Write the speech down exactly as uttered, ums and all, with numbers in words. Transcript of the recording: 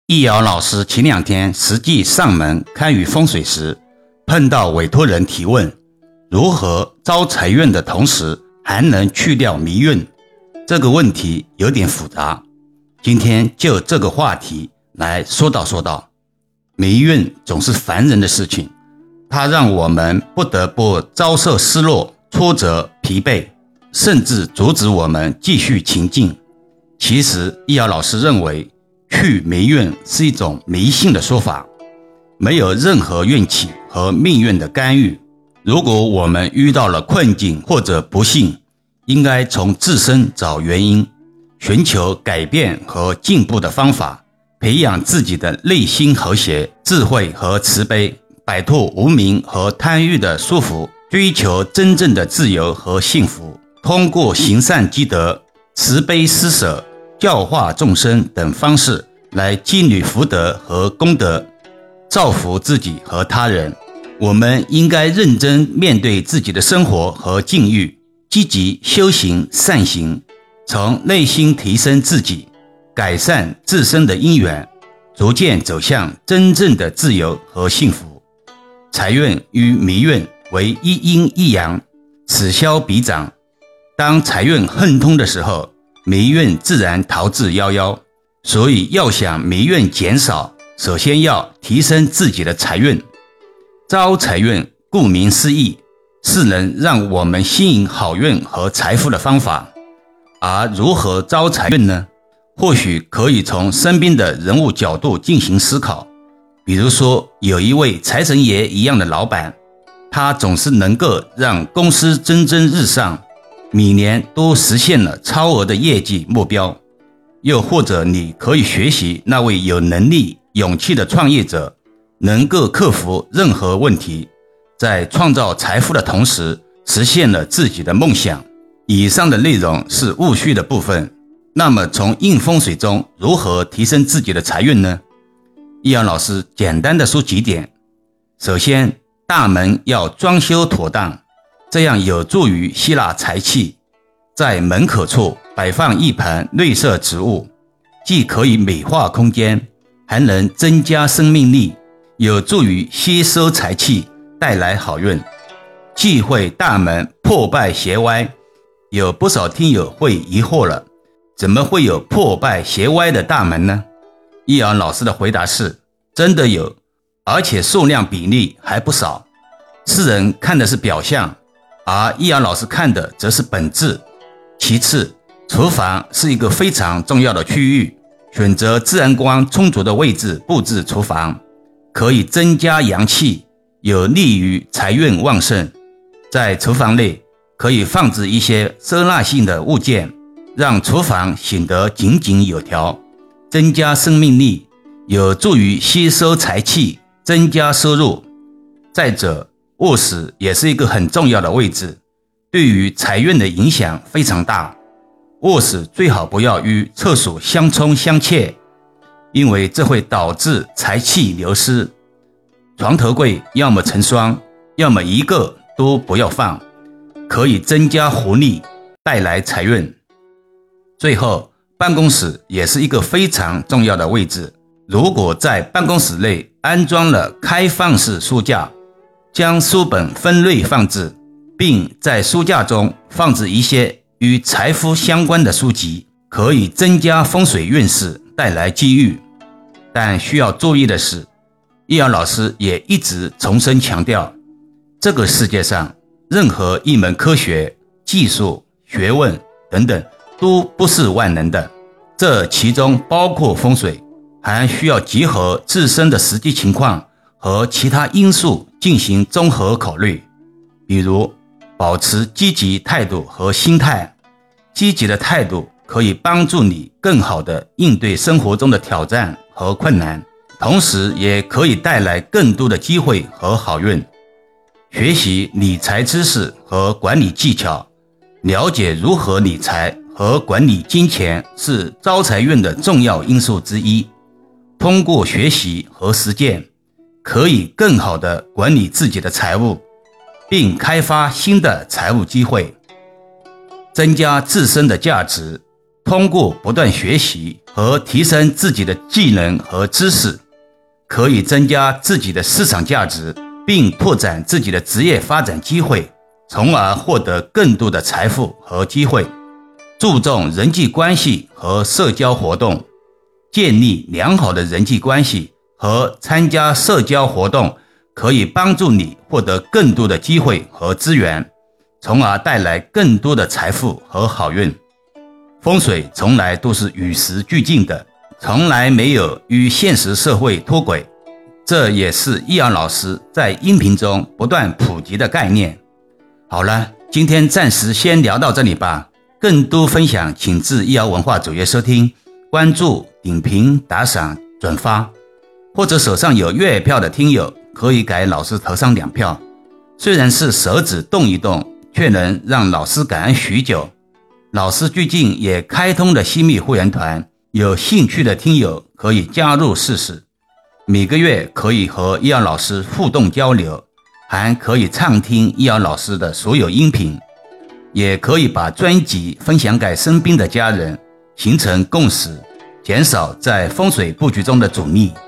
易遥老师前两天实际上门看与风水时，碰到委托人提问，如何招财运的同时还能去掉迷运？这个问题有点复杂，今天就这个话题来说道说道。迷运总是烦人的事情，它让我们不得不遭受失落、挫折、疲惫，甚至阻止我们继续前进。其实易遥老师认为，去霉运是一种迷信的说法，没有任何运气和命运的干预。如果我们遇到了困境或者不幸，应该从自身找原因，寻求改变和进步的方法，培养自己的内心和谐、智慧和慈悲，摆脱无明和贪欲的束缚，追求真正的自由和幸福。通过行善积德、慈悲施舍、教化众生等方式来积累福德和功德，造福自己和他人。我们应该认真面对自己的生活和境遇，积极修行善行，从内心提升自己，改善自身的因缘，逐渐走向真正的自由和幸福。财运与迷运为一阴一阳，此消彼长。当财运亨通的时候，迷运自然逃之夭夭。所以要想迷运减少，首先要提升自己的财运。招财运顾名思义，是能让我们吸引好运和财富的方法。而如何招财运呢？或许可以从身边的人物角度进行思考。比如说，有一位财神爷一样的老板，他总是能够让公司蒸蒸日上，每年都实现了超额的业绩目标。又或者你可以学习那位有能力、勇气的创业者，能够克服任何问题，在创造财富的同时实现了自己的梦想。以上的内容是务虚的部分。那么从应风水中如何提升自己的财运呢？易遥老师简单的说几点。首先，大门要装修妥当，这样有助于吸纳财气。在门口处摆放一盆绿色植物，既可以美化空间，还能增加生命力，有助于吸收财气，带来好运。忌讳大门破败斜歪。有不少听友会疑惑了，怎么会有破败斜歪的大门呢？易遥老师的回答是，真的有，而且数量比例还不少。世人看的是表象，而易遥老师看的则是本质。其次，厨房是一个非常重要的区域，选择自然光充足的位置布置厨房，可以增加阳气，有利于财运旺盛。在厨房内可以放置一些收纳性的物件，让厨房显得井井有条，增加生命力，有助于吸收财气，增加收入。再者，卧室也是一个很重要的位置，对于财运的影响非常大。卧室最好不要与厕所相冲相切，因为这会导致财气流失。床头柜要么成双，要么一个都不要放，可以增加活力，带来财运。最后，办公室也是一个非常重要的位置。如果在办公室内安装了开放式书架，将书本分类放置，并在书架中放置一些与财富相关的书籍，可以增加风水运势，带来机遇。但需要注意的是，易遥老师也一直重申强调，这个世界上任何一门科学、技术、学问等等都不是万能的，这其中包括风水，还需要结合自身的实际情况和其他因素进行综合考虑。比如保持积极态度和心态，积极的态度可以帮助你更好地应对生活中的挑战和困难，同时也可以带来更多的机会和好运。学习理财知识和管理技巧，了解如何理财和管理金钱是招财运的重要因素之一。通过学习和实践，可以更好地管理自己的财务，并开发新的财务机会，增加自身的价值。 通过不断学习和提升自己的技能和知识，可以增加自己的市场价值，并拓展自己的职业发展机会，从而获得更多的财富和机会。注重人际关系和社交活动，建立良好的人际关系和参加社交活动可以帮助你获得更多的机会和资源，从而带来更多的财富和好运。风水从来都是与时俱进的，从来没有与现实社会脱轨，这也是易遥老师在音频中不断普及的概念。好了，今天暂时先聊到这里吧，更多分享请至易遥文化主页收听，关注、点评、打赏、转发，或者手上有月票的听友可以给老师投上两票，虽然是手指动一动，却能让老师感恩许久。老师最近也开通了新密会员团，有兴趣的听友可以加入试试，每个月可以和易遥老师互动交流，还可以畅听易遥老师的所有音频，也可以把专辑分享给身边的家人，形成共识，减少在风水布局中的阻力。